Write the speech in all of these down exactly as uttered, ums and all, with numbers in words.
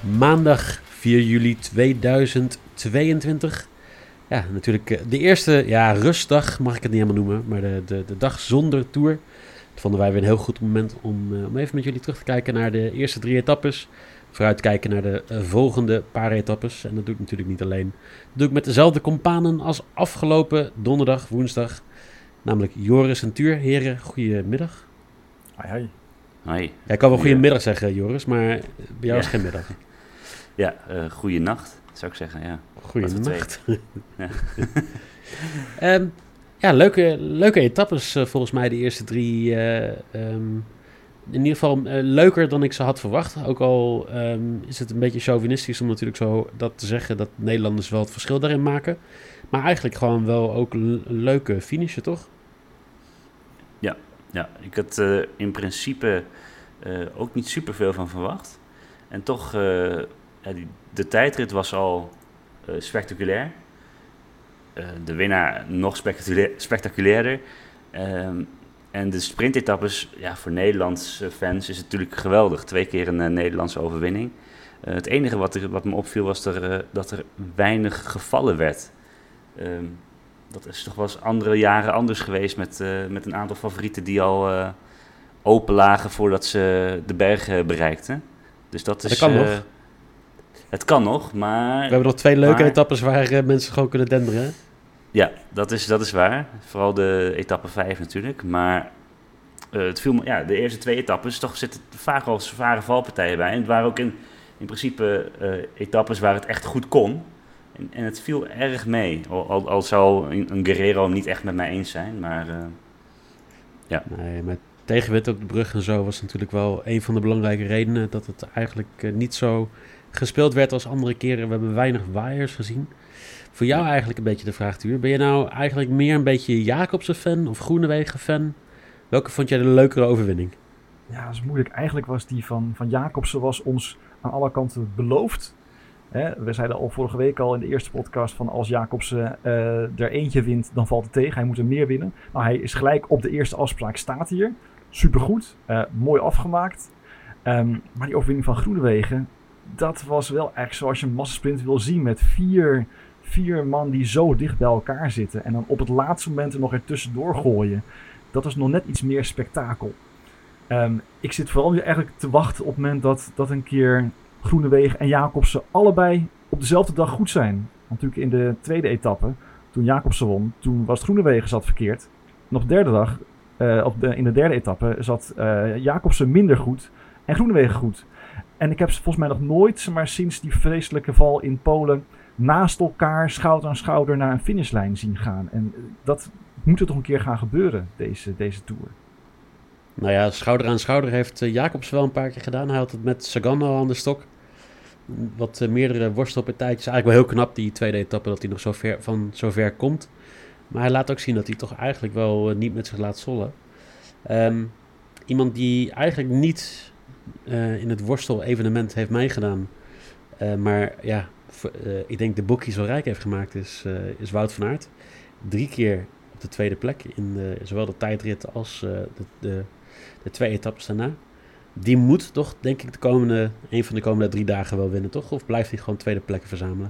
Maandag vier juli tweeduizend tweeëntwintig. Ja, natuurlijk de eerste ja, rustdag, mag ik het niet helemaal noemen, maar de, de, de dag zonder Tour. Dat vonden wij weer een heel goed moment om, uh, om even met jullie terug te kijken naar de eerste drie etappes. Vooruitkijken naar de uh, volgende paar etappes. En dat doe ik natuurlijk niet alleen. Dat doe ik met dezelfde companen als afgelopen donderdag, woensdag. Namelijk Joris en Tuur. Heren, goedemiddag. Hoi, hoi. Hoi. Jij kan wel goedemiddag zeggen, Joris, maar bij jou ja. is geen middag. Ja, uh, goeienacht, zou ik zeggen, ja. Goeienacht. Ja. um, ja, leuke, leuke etappes uh, volgens mij, de eerste drie. Uh, um, in ieder geval uh, leuker dan ik ze had verwacht. Ook al um, is het een beetje chauvinistisch om natuurlijk zo dat te zeggen dat Nederlanders wel het verschil daarin maken. Maar eigenlijk gewoon wel ook een leuke finishen, toch? Ja, ja. Ik had uh, in principe uh, ook niet superveel van verwacht. En toch, uh, ja, die, de tijdrit was al uh, spectaculair. Uh, de winnaar nog spectaculair, spectaculairder. Um, en de sprintetappes, ja, voor Nederlandse fans is het natuurlijk geweldig. Twee keer een uh, Nederlandse overwinning. Uh, het enige wat, er, wat me opviel was er, uh, dat er weinig gevallen werd. Um, dat is toch wel eens andere jaren anders geweest met, uh, met een aantal favorieten die al uh, open lagen voordat ze de bergen bereikten. Dus dat is... Dat kan uh, nog. Het kan nog, maar... We hebben nog twee leuke maar, etappes waar uh, mensen gewoon kunnen denderen, hè? Ja, dat is, dat is waar. Vooral de etappe vijf natuurlijk. Maar uh, het viel me, ja, de eerste twee etappes, toch zitten vaak al zware valpartijen bij. En het waren ook in, in principe uh, etappes waar het echt goed kon. En, en het viel erg mee. Al, al, al zou een, een Guerrero niet echt met mij eens zijn, maar uh, ja. Nee, maar tegenwind op de brug en zo was natuurlijk wel een van de belangrijke redenen dat het eigenlijk uh, niet zo gespeeld werd als andere keren. We hebben weinig waaiers gezien. Voor jou eigenlijk een beetje de vraag, Tuur. Ben je nou eigenlijk meer een beetje Jacobsen-fan of Groenewegen-fan? Welke vond jij de leukere overwinning? Ja, dat is moeilijk. Eigenlijk was die van, van Jacobsen was ons aan alle kanten beloofd. Hè, we zeiden al vorige week al in de eerste podcast van als Jacobsen uh, er eentje wint, dan valt het tegen. Hij moet er meer winnen. Nou, hij is gelijk op de eerste afspraak, staat hier. Supergoed. Uh, mooi afgemaakt. Um, maar die overwinning van Groenewegen, dat was wel echt zoals je een massasprint wil zien met vier... Vier man die zo dicht bij elkaar zitten. En dan op het laatste moment er nog ertussendoor gooien. Dat is nog net iets meer spektakel. Um, ik zit vooral nu eigenlijk te wachten op het moment dat, dat een keer Groenewegen en Jacobsen allebei op dezelfde dag goed zijn. Want natuurlijk in de tweede etappe, toen Jacobsen won, toen was Groenewegen zat verkeerd. En op de derde dag, uh, op de, in de derde etappe, zat uh, Jacobsen minder goed en Groenewegen goed. En ik heb ze volgens mij nog nooit, maar sinds die vreselijke val in Polen, naast elkaar, schouder aan schouder, naar een finishlijn zien gaan. En dat moet er toch een keer gaan gebeuren, deze, deze Tour. Nou ja, schouder aan schouder heeft uh, Jacobs wel een paar keer gedaan. Hij had het met Sagan al aan de stok. Wat uh, meerdere worstelpartijtjes. Eigenlijk wel heel knap, die tweede etappe, dat hij nog zo ver, van zo ver komt. Maar hij laat ook zien dat hij toch eigenlijk wel uh, niet met zich laat zollen. Um, iemand die eigenlijk niet uh, in het worstel-evenement heeft meegedaan. Uh, maar ja... Uh, ik denk de boekje zo rijk heeft gemaakt is, uh, is Wout van Aert. Drie keer op de tweede plek in de, zowel de tijdrit als uh, de, de, de twee etappes daarna. Die moet toch, denk ik, de komende, een van de komende drie dagen wel winnen, toch? Of blijft hij gewoon tweede plekken verzamelen?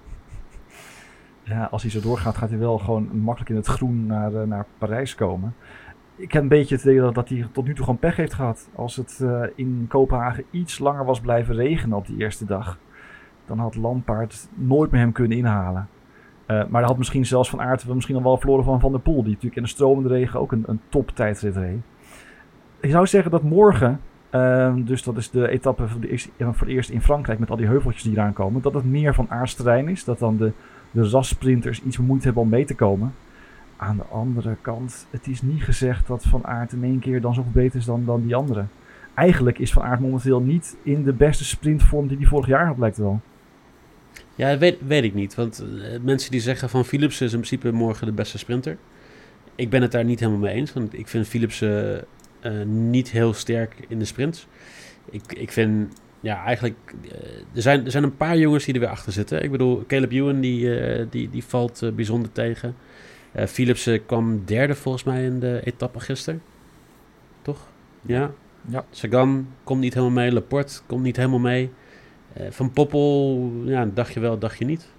Ja, als hij zo doorgaat, gaat hij wel gewoon makkelijk in het groen naar, uh, naar Parijs komen. Ik heb een beetje het idee dat, dat hij tot nu toe gewoon pech heeft gehad. Als het uh, in Kopenhagen iets langer was blijven regenen op die eerste dag, dan had Lampaard nooit meer hem kunnen inhalen. Uh, maar dan had misschien zelfs Van Aert misschien al wel verloren van Van der Poel, die natuurlijk in de stromende regen ook een, een top tijdrit reed. Ik zou zeggen dat morgen, uh, dus dat is de etappe voor, de eerste, voor het eerst in Frankrijk met al die heuveltjes die eraan komen, dat het meer Van Aerts terrein is. Dat dan de, de rassprinters iets meer moeite hebben om mee te komen. Aan de andere kant, het is niet gezegd dat Van Aert in één keer dan zoveel beter is dan, dan die anderen. Eigenlijk is Van Aert momenteel niet in de beste sprintvorm die hij vorig jaar had, lijkt wel. Ja, weet, weet ik niet. Want uh, mensen die zeggen van Philipsen is in principe morgen de beste sprinter. Ik ben het daar niet helemaal mee eens. Want ik vind Philipsen uh, niet heel sterk in de sprints. Ik, ik vind, ja, eigenlijk... Uh, er, zijn, er zijn een paar jongens die er weer achter zitten. Ik bedoel, Caleb Ewan, die, uh, die, die valt uh, bijzonder tegen. Uh, Philipsen kwam derde volgens mij in de etappe gisteren. Toch? Ja. Ja. Sagan komt niet helemaal mee. Laporte komt niet helemaal mee. Uh, van Poppel, ja, dacht je wel, dacht je niet.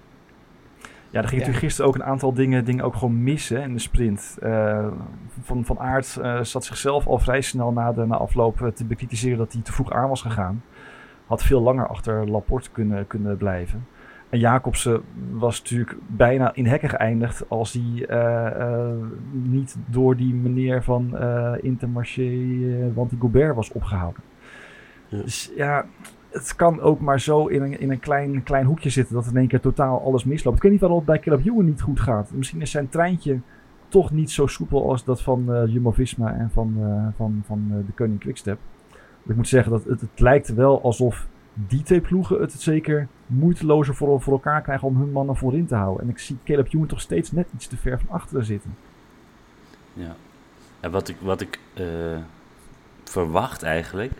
Ja, er ging Ja. natuurlijk gisteren ook een aantal dingen, dingen ook gewoon missen in de sprint. Uh, van, van Aert uh, zat zichzelf al vrij snel na de na afloop uh, te bekritiseren dat hij te vroeg aan was gegaan. Had veel langer achter Laporte kunnen, kunnen blijven. En Jacobsen was natuurlijk bijna in hekken geëindigd als hij uh, uh, niet door die meneer van uh, Intermarché, uh, want die Gobert was opgehouden. Ja. Dus ja, het kan ook maar zo in een, in een klein, klein hoekje zitten dat in één keer totaal alles misloopt. Ik weet niet waarom het bij Caleb Ewan niet goed gaat. Misschien is zijn treintje toch niet zo soepel als dat van uh, Jumbo-Visma en van, uh, van, van uh, de Koning Quickstep. Ik moet zeggen dat het, het lijkt wel alsof die twee ploegen het zeker moeitelozer voor, voor elkaar krijgen om hun mannen voorin te houden. En ik zie Caleb Ewan toch steeds net iets te ver van achteren zitten. Ja, en wat ik, wat ik uh, verwacht eigenlijk,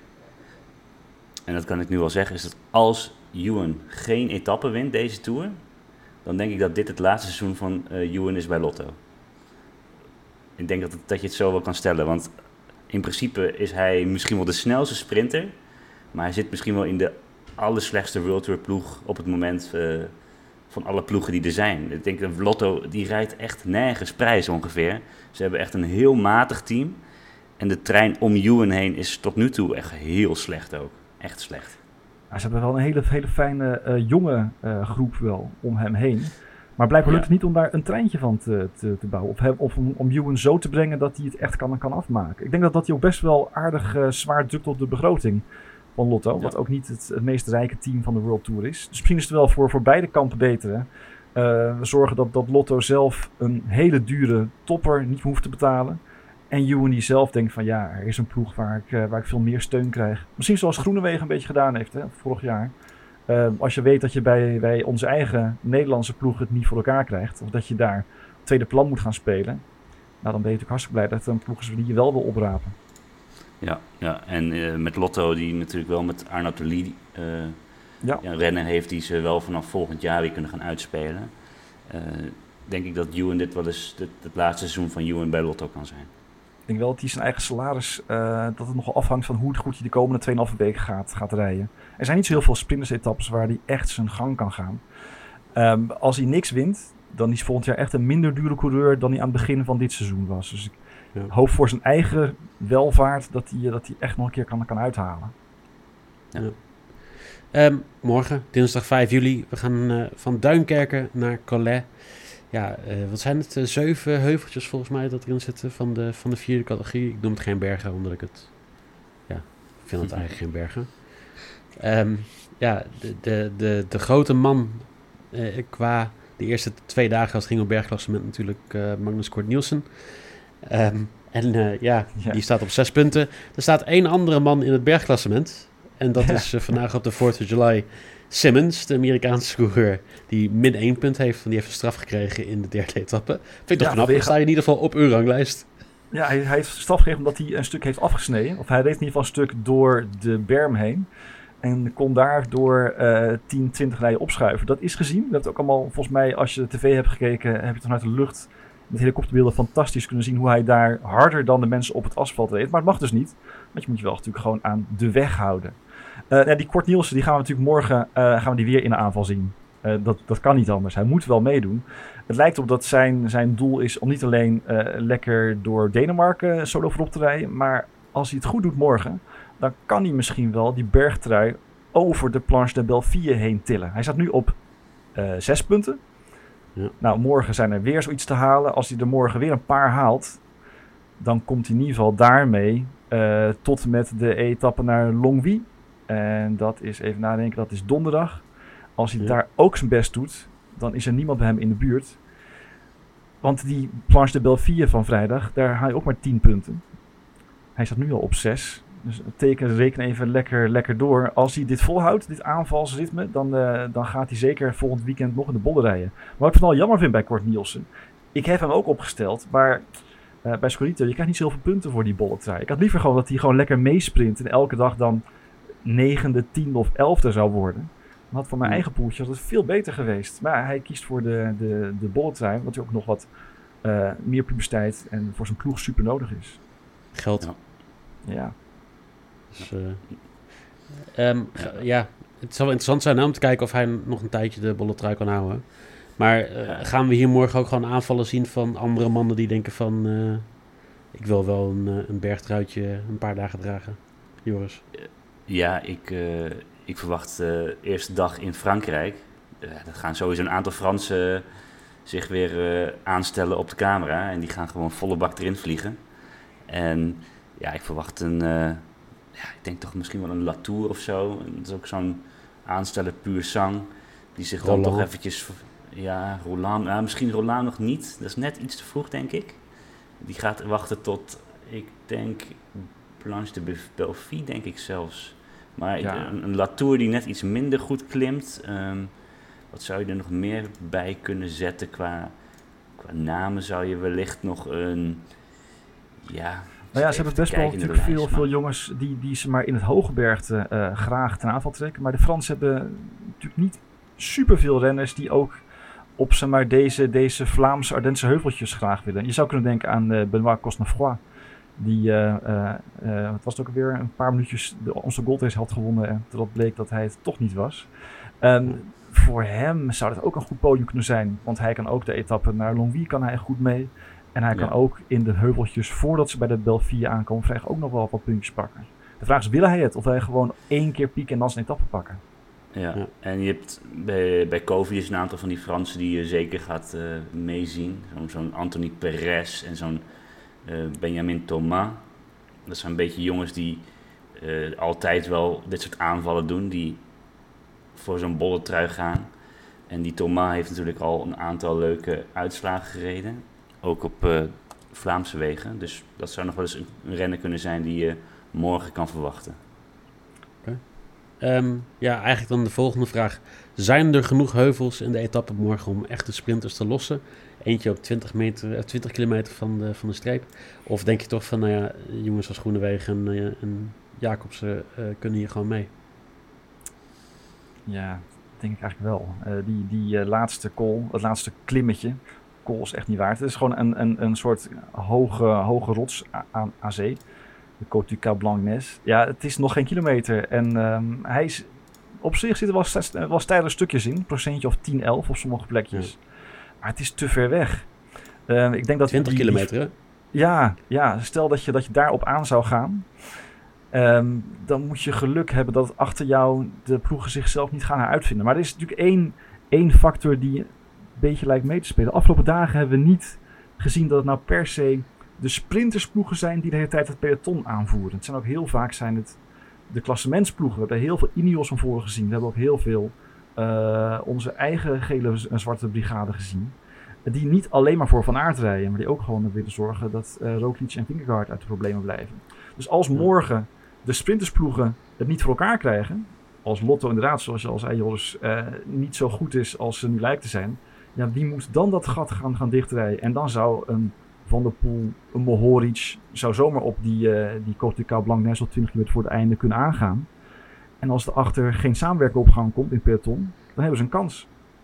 en dat kan ik nu al zeggen, is dat als Ewan geen etappe wint deze Tour, dan denk ik dat dit het laatste seizoen van uh, Ewan is bij Lotto. Ik denk dat, het, dat je het zo wel kan stellen, want in principe is hij misschien wel de snelste sprinter, maar hij zit misschien wel in de allerslechtste World Tour ploeg op het moment uh, van alle ploegen die er zijn. Ik denk dat Lotto, die rijdt echt nergens prijs ongeveer. Ze hebben echt een heel matig team. En de trein om Ewan heen is tot nu toe echt heel slecht ook. Echt slecht. Ja, ze hebben wel een hele, hele fijne uh, jonge uh, groep wel om hem heen. Maar blijkbaar lukt het niet om daar een treintje van te, te, te bouwen. Of, hem, of om, om Ewan zo te brengen dat hij het echt kan, kan afmaken. Ik denk dat, dat hij ook best wel aardig uh, zwaar drukt op de begroting van Lotto. Ja. Wat ook niet het, het meest rijke team van de World Tour is. Dus misschien is het wel voor, voor beide kampen beter. Hè? Uh, we zorgen dat, dat Lotto zelf een hele dure topper niet hoeft te betalen. En Ewan die zelf denkt van ja, er is een ploeg waar ik, uh, waar ik veel meer steun krijg. Misschien zoals Groenewegen een beetje gedaan heeft, hè, vorig jaar. Uh, als je weet dat je bij, bij onze eigen Nederlandse ploeg het niet voor elkaar krijgt. Of dat je daar tweede plan moet gaan spelen. Nou, dan ben je natuurlijk hartstikke blij dat er een ploeg is die je wel wil oprapen. Ja, ja. en uh, met Lotto die natuurlijk wel met Arnaud de Lie uh, ja. ja, een renner heeft die ze wel vanaf volgend jaar weer kunnen gaan uitspelen. Uh, denk ik dat Ewan dit wel eens het, het laatste seizoen van Ewan bij Lotto kan zijn. Ik denk wel dat hij zijn eigen salaris, uh, dat het nogal afhangt van hoe goed hij de komende twee komende twee en een halve weken gaat, gaat rijden. Er zijn niet zo heel veel sprinters-etappes waar hij echt zijn gang kan gaan. Um, als hij niks wint, dan is volgend jaar echt een minder dure coureur dan hij aan het begin van dit seizoen was. Dus ik ja. hoop voor zijn eigen welvaart dat hij, dat hij echt nog een keer kan, kan uithalen. Ja. Um, morgen, dinsdag vijf juli, we gaan uh, van Duinkerken naar Calais. Ja, uh, wat zijn het? Uh, zeven heuveltjes volgens mij dat erin zitten van de, van de vierde categorie. Ik noem het geen bergen, omdat ik het... Ja, ik vind het eigenlijk geen bergen. Um, ja, de, de, de, de grote man uh, qua de eerste twee dagen als het ging op bergklassement natuurlijk uh, Magnus Cort Nielsen. Um, en uh, ja, ja, die staat op zes punten. Er staat één andere man in het bergklassement. En dat ja. is uh, vandaag op de fourth of July... Simmons, de Amerikaanse coureur, die min één punt heeft. Die heeft een straf gekregen in de derde etappe. Vind ik toch ja, knap. Dan sta je in ieder geval op uw ranglijst. Ja, hij, hij heeft straf gekregen omdat hij een stuk heeft afgesneden. Of hij reed in ieder geval een stuk door de berm heen. En kon daardoor uh, tien, twintig rijen opschuiven. Dat is gezien. Dat het ook allemaal, volgens mij, als je de tv hebt gekeken, heb je vanuit de lucht met helikopterbeelden fantastisch kunnen zien hoe hij daar harder dan de mensen op het asfalt reed. Maar het mag dus niet. Want je moet je wel natuurlijk gewoon aan de weg houden. Uh, ja, die Cort Nielsen, die gaan we natuurlijk morgen uh, gaan we die weer in de aanval zien. Uh, dat, dat kan niet anders. Hij moet wel meedoen. Het lijkt op dat zijn, zijn doel is om niet alleen uh, lekker door Denemarken solo voorop te rijden. Maar als hij het goed doet morgen, dan kan hij misschien wel die bergtrui over de Planche de Belleville heen tillen. Hij staat nu op uh, zes punten. Ja. Nou, morgen zijn er weer zoiets te halen. Als hij er morgen weer een paar haalt, dan komt hij in ieder geval daarmee uh, tot met de etappe naar Longwy. En dat is, even nadenken, dat is donderdag. Als hij ja. daar ook zijn best doet, dan is er niemand bij hem in de buurt. Want die Planche de Belleville van vrijdag, daar haal je ook maar tien punten. Hij staat nu al op zes. Dus teken, reken even lekker, lekker door. Als hij dit volhoudt, dit aanvalsritme, dan, uh, dan gaat hij zeker volgend weekend nog in de bollen rijden. Maar wat ik vooral jammer vind bij Cort Nielsen, ik heb hem ook opgesteld, maar uh, bij Scorito, je krijgt niet zoveel punten voor die bolletrui. Ik had liever gewoon dat hij gewoon lekker meesprint en elke dag dan negende, tiende of elfde zou worden. Dan had voor mijn eigen poeltje had het veel beter geweest. Maar hij kiest voor de, de, de bolletrui, wat hij ook nog wat uh, meer publiciteit en voor zijn ploeg super nodig is. Geld. Ja. ja. Dus, uh, um, ja, het zal wel interessant zijn om te kijken of hij nog een tijdje de bolletrui kan houden. Maar uh, ja. gaan we hier morgen ook gewoon aanvallen zien van andere mannen die denken van... Uh, ik wil wel een, een bergtruitje een paar dagen dragen. Joris? Ja, ik, uh, ik verwacht de uh, eerste dag in Frankrijk. Uh, er gaan sowieso een aantal Fransen zich weer uh, aanstellen op de camera. En die gaan gewoon volle bak erin vliegen. En ja, ik verwacht een... Uh, ja, ik denk toch misschien wel een Latour of zo. Dat is ook zo'n aansteller puur sang. Die zich dan Roland. toch eventjes... Ja, Roland. Nou, misschien Roland nog niet. Dat is net iets te vroeg, denk ik. Die gaat wachten tot, ik denk, Blanche de Belleville, denk ik zelfs. Maar ja. een, een Latour die net iets minder goed klimt. Um, wat zou je er nog meer bij kunnen zetten qua, qua namen? Zou je wellicht nog een... Ja, nou ja, ze hebben best wel natuurlijk veel, lijst, veel jongens die, die ze maar in het Hooggebergte uh, graag ten aanval trekken. Maar de Fransen hebben natuurlijk niet superveel renners die ook... op zeg maar, deze, deze Vlaamse Ardense heuveltjes graag willen. Je zou kunnen denken aan uh, Benoît Cosnefroy. Die, uh, uh, uh, wat was het ook alweer, een paar minuutjes de, onze goldrace had gewonnen. En totdat bleek dat hij het toch niet was. Um, voor hem zou dat ook een goed podium kunnen zijn. Want hij kan ook de etappe naar Longwy kan hij goed mee. En hij ja. kan ook in de heuveltjes, voordat ze bij de Belleville aankomen, vrijdag ook nog wel wat puntjes pakken. De vraag is, wil hij het? Of wil hij gewoon één keer pieken en dan zijn etappe pakken? Ja. ja, en je hebt bij, bij Covius een aantal van die Fransen die je zeker gaat uh, meezien. Zo, zo'n Anthony Perez en zo'n uh, Benjamin Thomas. Dat zijn een beetje jongens die uh, altijd wel dit soort aanvallen doen. Die voor zo'n bolletrui gaan. En die Thomas heeft natuurlijk al een aantal leuke uitslagen gereden. Ook op uh, Vlaamse wegen. Dus dat zou nog wel eens een, een renner kunnen zijn die je morgen kan verwachten. Um, ja, eigenlijk dan de volgende vraag. Zijn er genoeg heuvels in de etappe morgen om echte sprinters te lossen? Eentje op twintig, meter, twintig kilometer van de, van de streep. Of denk je toch van, nou ja, jongens als Groenewegen en, en Jacobsen uh, kunnen hier gewoon mee? Ja, denk ik eigenlijk wel. Uh, die die uh, laatste call, het laatste klimmetje, call is echt niet waard. Het is gewoon een, een, een soort hoge, hoge rots aan, aan zee. De Côte du Cap Blanc-Nes. Ja, het is nog geen kilometer. En um, hij is... Op zich zitten wel, st- wel steile stukjes in. Een procentje of tien, elf op sommige plekjes. Ja. Maar het is te ver weg. Uh, ik denk dat twintig die, kilometer, hè? Ja, ja, stel dat je, dat je daarop aan zou gaan. Um, dan moet je geluk hebben dat achter jou de ploegen zichzelf niet gaan heruitvinden. Maar er is natuurlijk één, één factor die een beetje lijkt mee te spelen. De afgelopen dagen hebben we niet gezien dat het nou per se... de sprintersploegen zijn die de hele tijd het peloton aanvoeren. Het zijn ook heel vaak zijn het de klassementsploegen. We hebben heel veel Ineos van voren gezien. We hebben ook heel veel uh, onze eigen gele en zwarte brigade gezien. Die niet alleen maar voor Van Aert rijden, maar die ook gewoon willen zorgen dat uh, Roglic en Vingegaard uit de problemen blijven. Dus als morgen de sprintersploegen het niet voor elkaar krijgen, als Lotto inderdaad, zoals je al zei Joris, uh, niet zo goed is als ze nu lijkt te zijn, ja, wie moet dan dat gat gaan, gaan dichtrijden? En dan zou een Van der Poel, een Mohoric zou zomaar op die, uh, die Côte du Cap Blanc-Nes op twintig kilometer voor het einde kunnen aangaan. En als er achter geen samenwerking op gang komt in peloton, dan hebben ze een kans.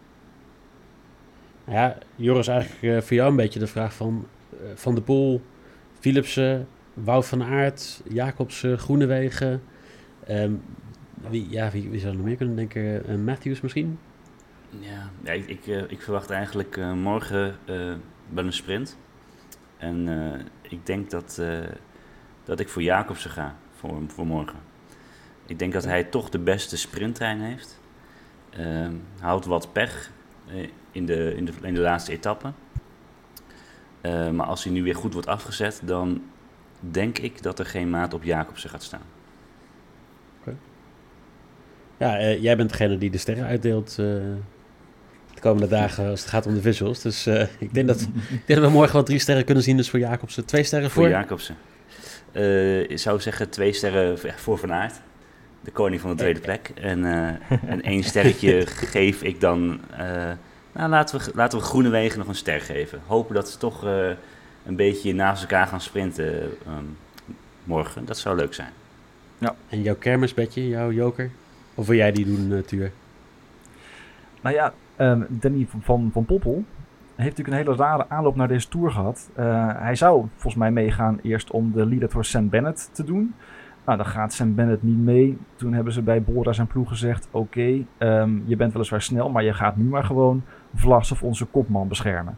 Ja, Joris, eigenlijk uh, voor jou een beetje de vraag van uh, Van der Poel, Philipsen, Wout van Aert, Jacobsen, Groenewegen. Um, wie, ja, wie, wie zou er nog meer kunnen denken? Uh, Matthews misschien? Ja, ja ik, ik, uh, ik verwacht eigenlijk uh, morgen uh, wel een sprint. En uh, ik denk dat, uh, dat ik voor Jacobsen ga, voor, voor morgen. Ik denk dat hij toch de beste sprinttrein heeft. Uh, houdt wat pech uh, in, de, in, de, in de laatste etappe. Uh, maar als hij nu weer goed wordt afgezet, dan denk ik dat er geen maat op Jacobsen gaat staan. Okay. Ja, uh, jij bent degene die de sterren uitdeelt... Uh... de komende dagen als het gaat om de visuals. Dus uh, ik, denk dat, ik denk dat we morgen wel drie sterren kunnen zien. Dus voor Jacobsen twee sterren voor... Voor Jacobsen. Uh, ik zou zeggen twee sterren voor Van Aert. De koning van de tweede plek. En, uh, en één sterretje geef ik dan... Uh, nou, laten we, laten we Groenewegen nog een ster geven. Hopen dat ze toch uh, een beetje naast elkaar gaan sprinten um, morgen. Dat zou leuk zijn. Ja. En jouw kermisbedje, jouw joker? Of wil jij die doen, uh, Tuur? Nou ja... Um, Danny van, van, van Poppel heeft natuurlijk een hele rare aanloop naar deze Tour gehad. Uh, hij zou volgens mij meegaan eerst om de leader voor Sam Bennett te doen. Nou, dan gaat Sam Bennett niet mee. Toen hebben ze bij Bora zijn ploeg gezegd... Oké, okay, um, je bent weliswaar snel... maar je gaat nu maar gewoon Vlasov onze kopman beschermen.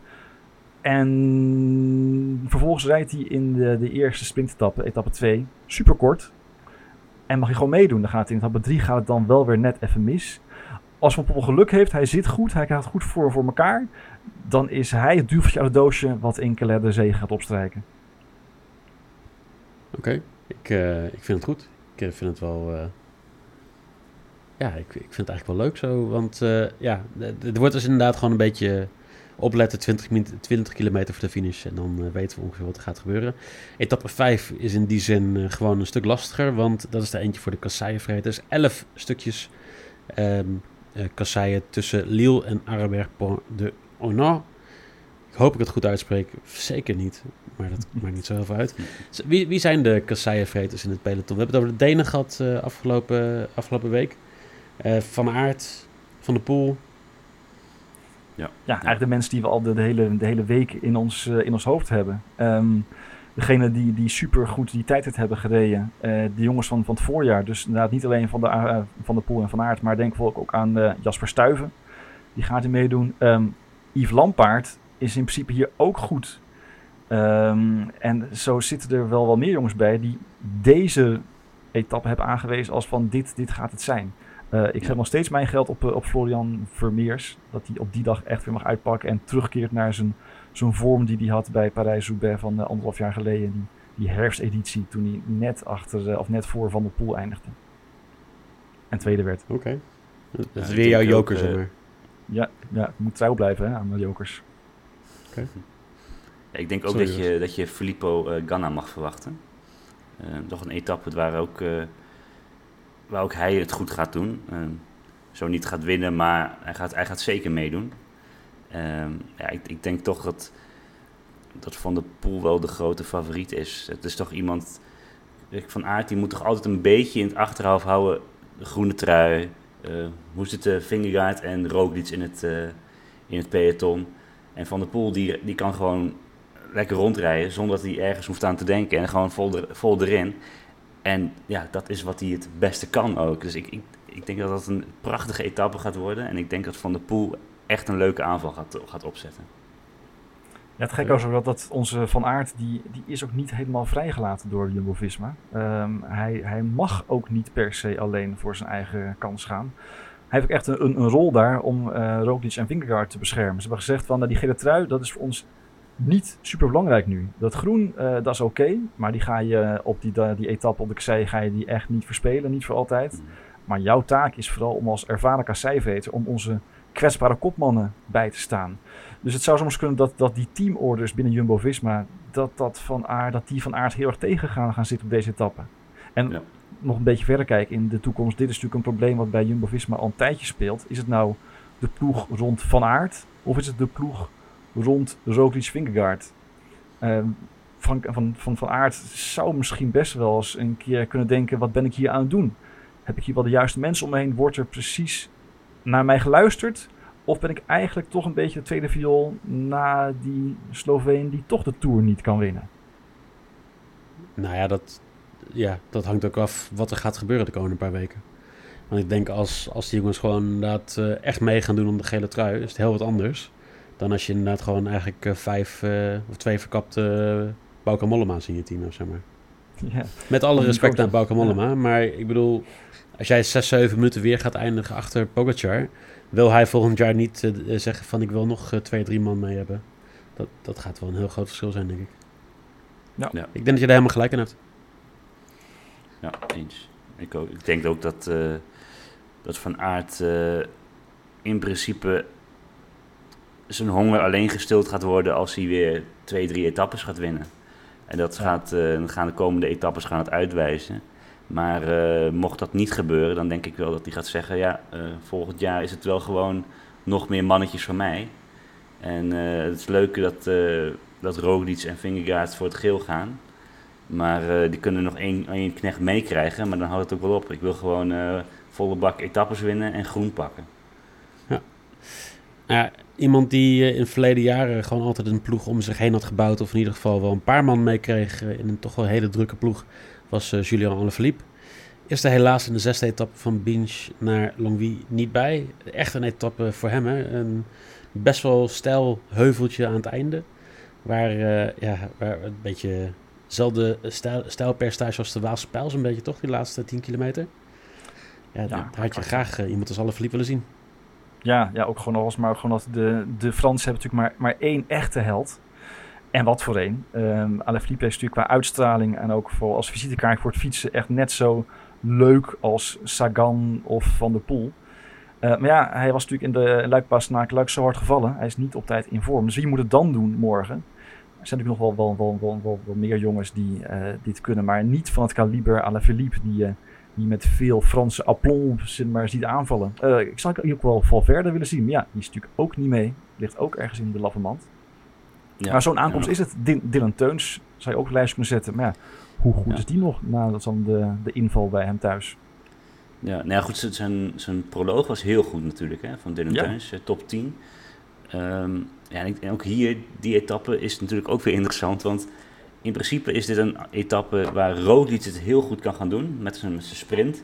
En vervolgens rijdt hij in de, de eerste sprintetappe, etappe twee, super kort. En mag hij gewoon meedoen. Dan gaat in etappe drie gaat het dan wel weer net even mis. Als Van Poppel geluk heeft, hij zit goed, hij krijgt het goed voor, voor elkaar. Dan is hij het duveltje uit het doosje wat Inkelen de zege gaat opstrijken. Oké, okay. ik, uh, ik vind het goed. Ik vind het wel... Uh... Ja, ik, ik vind het eigenlijk wel leuk zo. Want uh, ja, er wordt dus inderdaad gewoon een beetje... opletten, twintig kilometer voor de finish. En dan uh, weten we ongeveer wat er gaat gebeuren. Etappe vijf is in die zin uh, gewoon een stuk lastiger. Want dat is er eentje voor de kasseienvreters. elf stukjes um, uh, kasseien tussen Lille en Arabert-Pont de Onant. Ik hoop ik het goed uitspreek. Zeker niet. Maar dat maakt niet zo heel veel uit. Wie, wie zijn de kasseienvreters in het peloton? We hebben het over de Denen gehad uh, afgelopen, afgelopen week. Uh, Van Aert, Van der Poel... Ja, ja, eigenlijk de mensen die we al de, de, hele, de hele week in ons, uh, in ons hoofd hebben. Um, degene die, die super goed die tijdrit hebben gereden. Uh, de jongens van, van het voorjaar. Dus inderdaad niet alleen van de, uh, van de Poel en Van Aert. Maar denk bijvoorbeeld ook aan uh, Jasper Stuyven. Die gaat hier meedoen. Um, Yves Lampaert is in principe hier ook goed. Um, en zo zitten er wel wel meer jongens bij die deze etappe hebben aangewezen als van dit, dit gaat het zijn. Uh, ik zet nog steeds mijn geld op, uh, op Florian Vermeers. Dat hij op die dag echt weer mag uitpakken. En terugkeert naar zijn, zijn vorm die hij had bij Parijs-Roubaix van uh, anderhalf jaar geleden. Die, die herfsteditie toen hij net, achter, uh, of net voor Van der Poel eindigde. En tweede werd. Oké. Okay. Dat is ja, weer jouw joker, zeg maar. Ja, ja, ik moet trouw blijven hè, aan mijn jokers. Oké. Okay. Ja, ik denk ook Sorry, dat, je, dat je Filippo uh, Ganna mag verwachten. Uh, nog een etappe waar ook... Uh, waar ook hij het goed gaat doen. Uh, zo niet gaat winnen, maar hij gaat, hij gaat zeker meedoen. Uh, ja, ik, ik denk toch dat, dat Van der Poel wel de grote favoriet is. Het is toch iemand... Van Aert, die moet toch altijd een beetje in het achterhoofd houden. De groene trui. Uh, hoe zitten Vingegaard en Roglic in het, uh, in het peloton. En Van der Poel, die, die kan gewoon lekker rondrijden... zonder dat hij ergens hoeft aan te denken. En gewoon vol, er, vol erin... En ja, dat is wat hij het beste kan ook. Dus ik, ik, ik denk dat dat een prachtige etappe gaat worden. En ik denk dat Van der Poel echt een leuke aanval gaat, gaat opzetten. Ja, het gekke is ook dat, dat onze Van Aert, die, die is ook niet helemaal vrijgelaten door Jumbo-Visma. Um, hij, hij mag ook niet per se alleen voor zijn eigen kans gaan. Hij heeft ook echt een, een rol daar om uh, Roglic en Vingegaard te beschermen. Ze hebben gezegd van, nou, die gele trui, dat is voor ons... niet super belangrijk nu. Dat groen, uh, dat is oké. Okay, maar die ga je op die, uh, die etappe op de kassei ga je die echt niet verspelen. Niet voor altijd. Maar jouw taak is vooral om als ervaren kasseiveter... om onze kwetsbare kopmannen bij te staan. Dus het zou soms kunnen dat, dat die teamorders binnen Jumbo-Visma... dat, dat, van Aert, dat die van Aert heel erg tegen gaan, gaan zitten op deze etappe. En ja. nog een beetje verder kijken in de toekomst. Dit is natuurlijk een probleem wat bij Jumbo-Visma al een tijdje speelt. Is het nou de ploeg rond Van Aert? Of is het de ploeg... rond Roglic Vingegaard. Uh, van, van, van, van Aert zou misschien best wel eens een keer kunnen denken... wat ben ik hier aan het doen? Heb ik hier wel de juiste mensen om me heen? Wordt er precies naar mij geluisterd? Of ben ik eigenlijk toch een beetje de tweede viool... na die Sloveen die toch de Tour niet kan winnen? Nou ja, dat, ja, dat hangt ook af wat er gaat gebeuren de komende paar weken. Want ik denk als, als die jongens gewoon inderdaad uh, echt mee gaan doen om de gele trui... is het heel wat anders... dan als je inderdaad gewoon eigenlijk uh, vijf uh, of twee verkapte uh, Bauke Mollema's in je team hebt, zeg maar. Ja. Met alle respect naar Bauke Mollema, ja. Maar ik bedoel, als jij zes, zeven minuten weer gaat eindigen achter Pogacar, wil hij volgend jaar niet uh, zeggen van ik wil nog uh, twee, drie man mee hebben. Dat, dat gaat wel een heel groot verschil zijn, denk ik. Ja. Ja. Ik denk dat je daar helemaal gelijk in hebt. Ja, eens. Ik, ook, ik denk ook dat, uh, dat Van Aert uh, in principe... zijn honger alleen gestild gaat worden als hij weer twee, drie etappes gaat winnen. En dat ja. gaat, uh, gaan de komende etappes gaan het uitwijzen. Maar uh, mocht dat niet gebeuren, dan denk ik wel dat hij gaat zeggen... ja, uh, volgend jaar is het wel gewoon nog meer mannetjes van mij. En uh, het is leuk dat, uh, dat Roglic en Vingegaard voor het geel gaan. Maar uh, die kunnen nog één, één knecht meekrijgen, maar dan houdt het ook wel op. Ik wil gewoon uh, volle bak etappes winnen en groen pakken. Ja, iemand die uh, in verleden jaren gewoon altijd een ploeg om zich heen had gebouwd, of in ieder geval wel een paar man meekreeg uh, in een toch wel hele drukke ploeg, was uh, Julian Alaphilippe. Is er helaas in de zesde etappe van Binche naar Longwy niet bij. Echt een etappe voor hem, hè. Een best wel steil heuveltje aan het einde. Waar, uh, ja, waar een beetje hetzelfde stijl, stijlpercentage als de Waalse Pijl, een beetje toch, die laatste tien kilometer. Ja, ja daar had je graag uh, iemand als Alaphilippe willen zien. Ja, ja, ook gewoon alles, maar gewoon dat de, de Fransen hebben natuurlijk maar, maar één echte held. En wat voor één. Um, Alaphilippe is natuurlijk qua uitstraling en ook voor, als visitekaart voor het fietsen echt net zo leuk als Sagan of Van der Poel. Uh, maar ja, hij was natuurlijk in de Luik-Bastenaken-Luik zo hard gevallen. Hij is niet op tijd in vorm. Dus wie moet het dan doen morgen? Er zijn natuurlijk nog wel, wel, wel, wel, wel, wel meer jongens die uh, dit kunnen, maar niet van het kaliber Alaphilippe die, uh, die met veel Franse aplomb maar ziet aanvallen. Uh, ik zou ook wel Valverde willen zien, maar ja, die is natuurlijk ook niet mee. Ligt ook ergens in de lavemand. Ja, maar zo'n aankomst ja. is het. Dylan Teuns zou je ook op de lijst kunnen zetten. Maar ja, hoe goed ja. is die nog na dan de, de inval bij hem thuis? Ja, nou ja, goed, zijn, zijn proloog was heel goed natuurlijk, hè, van Dylan ja. Teuns, top tien. Um, ja, en ook hier, die etappe is natuurlijk ook weer interessant, want in principe is dit een etappe waar Roglic het heel goed kan gaan doen, met zijn, met zijn sprint.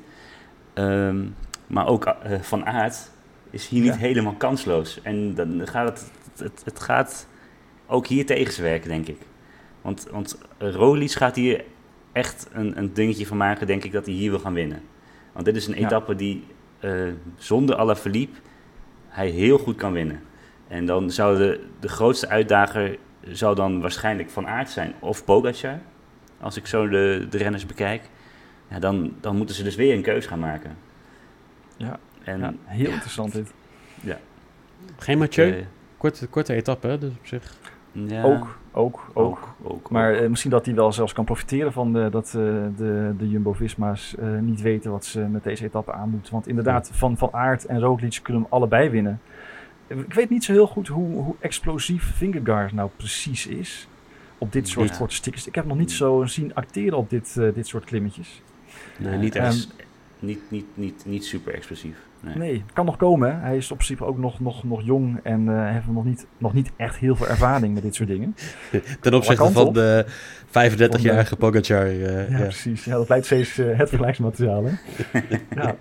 Um, maar ook uh, Van Aert is hier niet ja. helemaal kansloos. En dan gaat het, het, het gaat ook hier tegen ze werken, denk ik. Want, want Roglic gaat hier echt een, een dingetje van maken, denk ik, dat hij hier wil gaan winnen. Want dit is een ja. etappe die uh, zonder Alaphilippe hij heel goed kan winnen. En dan zou de, de grootste uitdager zou dan waarschijnlijk Van Aert zijn of Pogacar. Als ik zo de, de renners bekijk. Ja, dan, dan moeten ze dus weer een keus gaan maken. Ja, en, ja heel ja, interessant dit. Ja. Geen Mathieu, uh, korte, korte etappe, hè? Dus op zich. Ja, ook, ook, ook. ook, ook maar ook. Uh, misschien dat hij wel zelfs kan profiteren van de, dat uh, de, de Jumbo-Visma's uh, niet weten wat ze met deze etappe aan moeten. Want inderdaad, ja. Van, van Aert en Roglic kunnen hem allebei winnen. Ik weet niet zo heel goed hoe, hoe explosief Vingegaard nou precies is op dit soort ja. korte stickers. Ik heb nog niet zo zien acteren op dit, uh, dit soort klimmetjes. Nee, niet, um, echt, niet, niet, niet, niet super explosief. Nee, nee kan nog komen. Hè. Hij is op principe ook nog, nog, nog jong en uh, heeft nog niet, nog niet echt heel veel ervaring met dit soort dingen. Ten opzichte van de vijfendertigjarige Pogacar. Uh, ja, ja, precies. Ja, dat lijkt steeds uh, het vergelijksmateriaal. Hè? ja.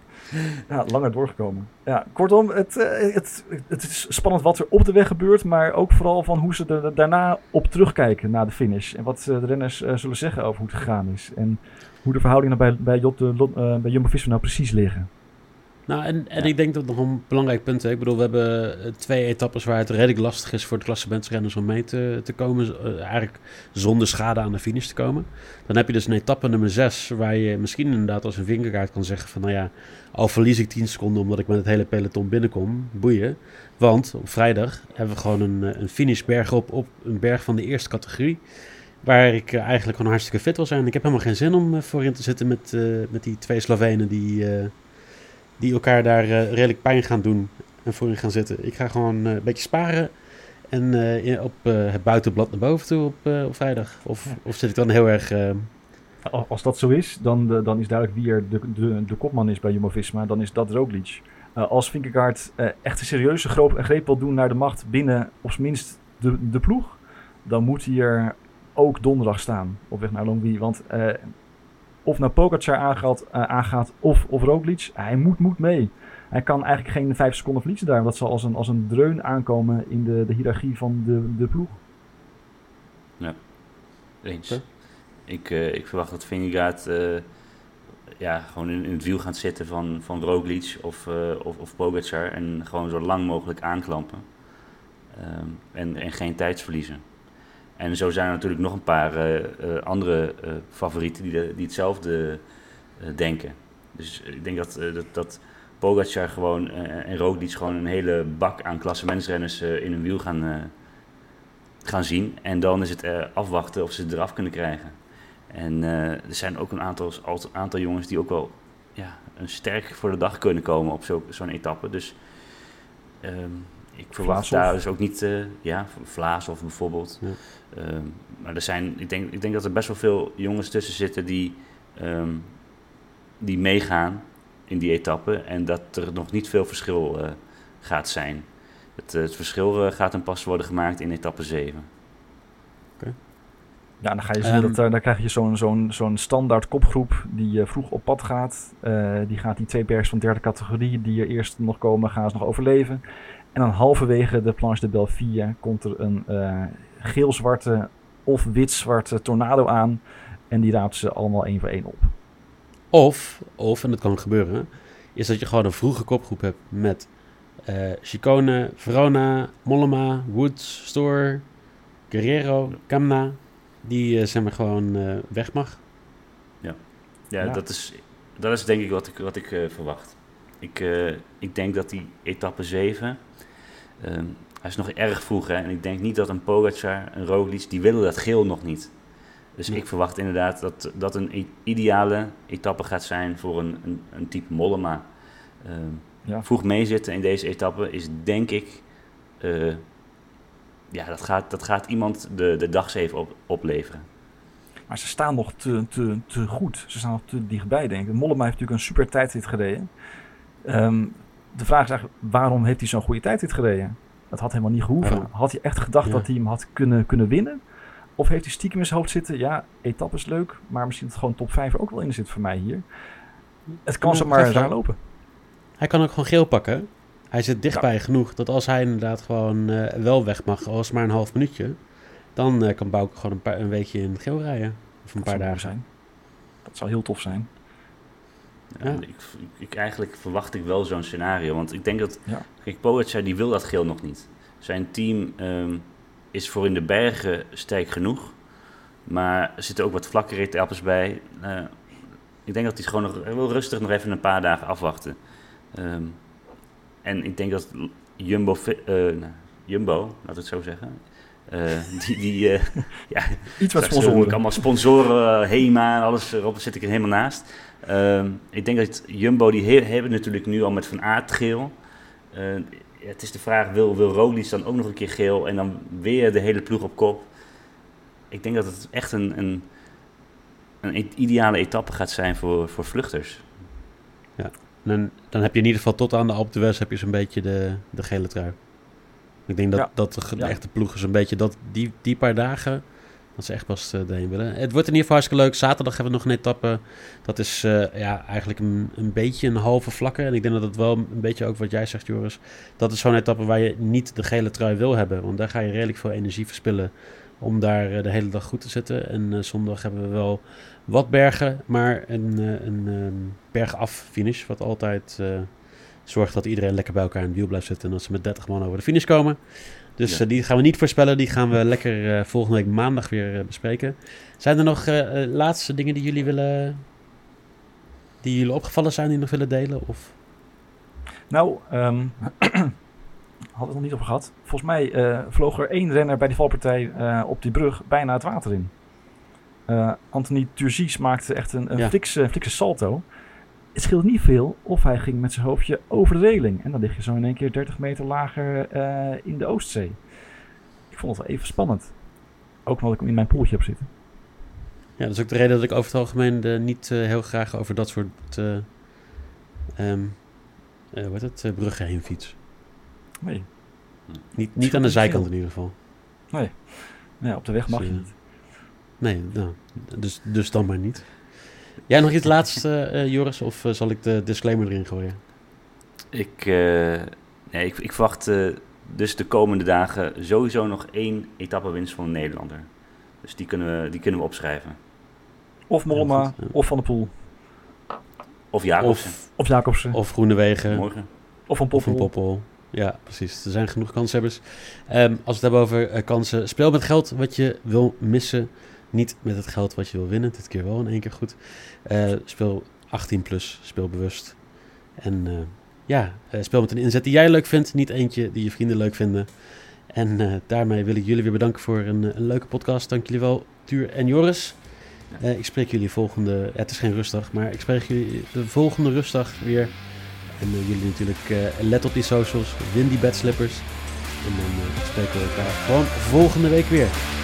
Ja, langer doorgekomen. Ja, kortom, het, uh, het, het is spannend wat er op de weg gebeurt, maar ook vooral van hoe ze er daarna op terugkijken na de finish. En wat uh, de renners uh, zullen zeggen over hoe het gegaan is. En hoe de verhoudingen bij, bij, Jot, uh, bij Jumbo-Visma nou precies liggen. Nou, en, en ja. ik denk dat nog een belangrijk punt is. Ik bedoel, we hebben twee etappes waar het redelijk lastig is voor de klassementsrenners om mee te, te komen. Uh, eigenlijk zonder schade aan de finish te komen. Dan heb je dus een etappe nummer zes, waar je misschien inderdaad als een vingerkaart kan zeggen van, nou ja, al verlies ik tien seconden omdat ik met het hele peloton binnenkom, boeien. Want op vrijdag hebben we gewoon een, een finishberg op, op een berg van de eerste categorie. Waar ik uh, eigenlijk gewoon hartstikke fit wil zijn. Ik heb helemaal geen zin om uh, voorin te zitten met, uh, met die twee Slovenen die... Uh, die elkaar daar uh, redelijk pijn gaan doen en voorin gaan zitten. Ik ga gewoon uh, een beetje sparen en uh, op uh, het buitenblad naar boven toe op, uh, op vrijdag. Of, ja. of zit ik dan heel erg... Uh... Als dat zo is, dan, de, dan is duidelijk wie er de, de, de kopman is bij Jumbo-Visma. Dan is dat Roglic. Uh, als Vingegaard uh, echt een serieuze greep, greep wil doen naar de macht binnen op zijn minst de, de ploeg, dan moet hij er ook donderdag staan op weg naar Longwy. Want... Uh, of naar Pogacar aangaat, uh, aangaat of, of Roglic, hij moet, moet mee. Hij kan eigenlijk geen vijf seconden verliezen daar. Dat zal als een, als een dreun aankomen in de, de hiërarchie van de, de ploeg. Ja, eens. Huh? Ik, uh, ik verwacht dat Vingegaard uh, ja, gewoon in, in het wiel gaat zitten van, van Roglic of, uh, of, of Pogacar. En gewoon zo lang mogelijk aanklampen. Um, en, en geen tijd verliezen. En zo zijn er natuurlijk nog een paar uh, uh, andere uh, favorieten die, de, die hetzelfde uh, denken. Dus ik denk dat, uh, dat, dat Pogacar gewoon uh, en Roglic gewoon een hele bak aan klassementsrenners uh, in hun wiel gaan, uh, gaan zien. En dan is het uh, afwachten of ze het eraf kunnen krijgen. En uh, er zijn ook een aantal, aantal jongens die ook wel ja, een sterk voor de dag kunnen komen op zo, zo'n etappe. Dus... Um, Ik verwacht Vlaashoff. Daar dus ook niet, uh, ja, Vlaashoff bijvoorbeeld. Ja. Um, maar er zijn, ik denk, ik denk dat er best wel veel jongens tussen zitten die, um, die meegaan in die etappe. En dat er nog niet veel verschil uh, gaat zijn. Het, het verschil uh, gaat dan pas worden gemaakt in etappe zeven. Okay. Ja, dan ga je zien um, dat uh, dan krijg je zo'n, zo'n, zo'n standaard kopgroep die uh, vroeg op pad gaat. Uh, die gaat die twee bergs van derde categorie die er eerst nog komen, gaan ze nog overleven. En dan halverwege de Planche de Belleville komt er een uh, geel-zwarte of wit-zwarte tornado aan. En die raapt ze allemaal één voor één op. Of, of, en dat kan gebeuren, is dat je gewoon een vroege kopgroep hebt met uh, Ciccone, Verona, Mollema, Woods, Storer, Guerrero, Kamna, die uh, zeg maar gewoon uh, weg mag. Ja, ja, ja. Dat, is, dat is denk ik wat ik, wat ik uh, verwacht. Ik, uh, ik denk dat die etappe zeven, uh, hij is nog erg vroeg, hè, en ik denk niet dat een Pogacar, een Roglic, die willen dat geel nog niet. Dus ja. ik verwacht inderdaad dat dat een ideale etappe gaat zijn voor een, een, een type Mollema. Uh, ja. Vroeg meezitten in deze etappe is denk ik, uh, ja, dat gaat, dat gaat iemand de, de dagzeven op, opleveren. Maar ze staan nog te, te, te goed. Ze staan nog te dichtbij, denk ik. Mollema heeft natuurlijk een super tijdrit gereden. Um, de vraag is eigenlijk, waarom heeft hij zo'n goede tijdrit gereden? Dat had helemaal niet gehoeven. Ja. Had hij echt gedacht ja. dat hij hem had kunnen, kunnen winnen? Of heeft hij stiekem in zijn hoofd zitten? Ja, etappe is leuk, maar misschien dat gewoon top vijf er ook wel in zit voor mij hier. Het kan zomaar raar lopen. Hij kan ook gewoon geel pakken. Hij zit dichtbij ja. genoeg dat als hij inderdaad gewoon uh, wel weg mag, al is maar een half minuutje, dan uh, kan Bouke gewoon een, paar, een weekje in geel rijden. Of een dat paar dagen. Zijn. Dat zou heel tof zijn. Ja, ja. Ik, ik, ik eigenlijk verwacht ik wel zo'n scenario. Want ik denk dat... Ja. Kijk, Pogacar die wil dat geel nog niet. Zijn team um, is voor in de bergen sterk genoeg. Maar er zitten ook wat vlakkere etappes bij. Uh, ik denk dat hij gewoon nog, wil rustig nog even een paar dagen afwachten. Um, en ik denk dat Jumbo... Uh, nou, Jumbo, laat het zo zeggen... Uh, die, die, uh, ja, iets wat sponsoren. Allemaal sponsoren, uh, Hema en alles erop zit ik er helemaal naast. Uh, ik denk dat Jumbo, die he- hebben natuurlijk nu al met Van Aert geel. Uh, het is de vraag, wil, wil Roglic dan ook nog een keer geel en dan weer de hele ploeg op kop? Ik denk dat het echt een, een, een ideale etappe gaat zijn voor, voor vluchters. Ja, dan, dan heb je in ieder geval tot aan de Alpe d'Huez heb je zo'n beetje de, de gele trui. Ik denk dat, ja. dat de, de ja. echte ploegen zo'n beetje dat die, die paar dagen, dat ze echt pas uh, erheen willen. Het wordt in ieder geval hartstikke leuk. Zaterdag hebben we nog een etappe. Dat is uh, ja, eigenlijk een, een beetje een halve vlakke. En ik denk dat het wel een beetje ook wat jij zegt, Joris. Dat is zo'n etappe waar je niet de gele trui wil hebben. Want daar ga je redelijk veel energie verspillen om daar uh, de hele dag goed te zitten. En uh, zondag hebben we wel wat bergen, maar een, uh, een um, bergaf finish. Wat altijd... Uh, zorgt dat iedereen lekker bij elkaar in het wiel blijft zitten en dat ze met dertig man over de finish komen. Dus ja. uh, die gaan we niet voorspellen. Die gaan we lekker uh, volgende week maandag weer uh, bespreken. Zijn er nog uh, uh, laatste dingen die jullie willen... die jullie opgevallen zijn, die nog willen delen? Of? Nou, um, hadden we het nog niet over gehad. Volgens mij uh, vloog er één renner bij die valpartij uh, op die brug bijna het water in. Uh, Anthony Turgis maakte echt een, een ja. flikse, flikse salto. Het scheelt niet veel of hij ging met zijn hoofdje over de reling. En dan lig je zo in één keer dertig meter lager uh, in de Oostzee. Ik vond het wel even spannend. Ook omdat ik hem in mijn poeltje heb zitten. Ja, dat is ook de reden dat ik over het algemeen uh, niet uh, heel graag over dat soort uh, um, uh, wat het, uh, bruggen heen fiets. Nee. Niet, niet aan de zijkant in ieder geval. Nee, nee op de weg mag dus, uh, je niet. Nee, nou, dus, dus dan maar niet. Jij nog iets laatste, uh, Joris, of uh, zal ik de disclaimer erin gooien? Ik, uh, nee, ik, ik verwacht uh, dus de komende dagen sowieso nog één etappewinst van een Nederlander. Dus die kunnen we, die kunnen we opschrijven. Of Mollema, ja, ja. of Van der Poel. Of Jacobsen. Of, of Jacobsen. Of Groenewegen. Morgen. Of Van Poppel. Of Van Poppel. Ja, precies. Er zijn genoeg kanshebbers. Um, als we het hebben over uh, kansen. Speel met geld wat je wil missen. Niet met het geld wat je wil winnen. Dit keer wel in één keer goed. Uh, speel achttien plus. Speel bewust. En uh, ja, uh, speel met een inzet die jij leuk vindt. Niet eentje die je vrienden leuk vinden. En uh, daarmee wil ik jullie weer bedanken voor een, een leuke podcast. Dank jullie wel, Tuur en Joris. Uh, ik spreek jullie volgende... Ja, het is geen rustdag, maar ik spreek jullie de volgende rustdag weer. En uh, jullie natuurlijk uh, let op die socials. Win die bedslippers. En dan uh, spreken we elkaar gewoon volgende week weer.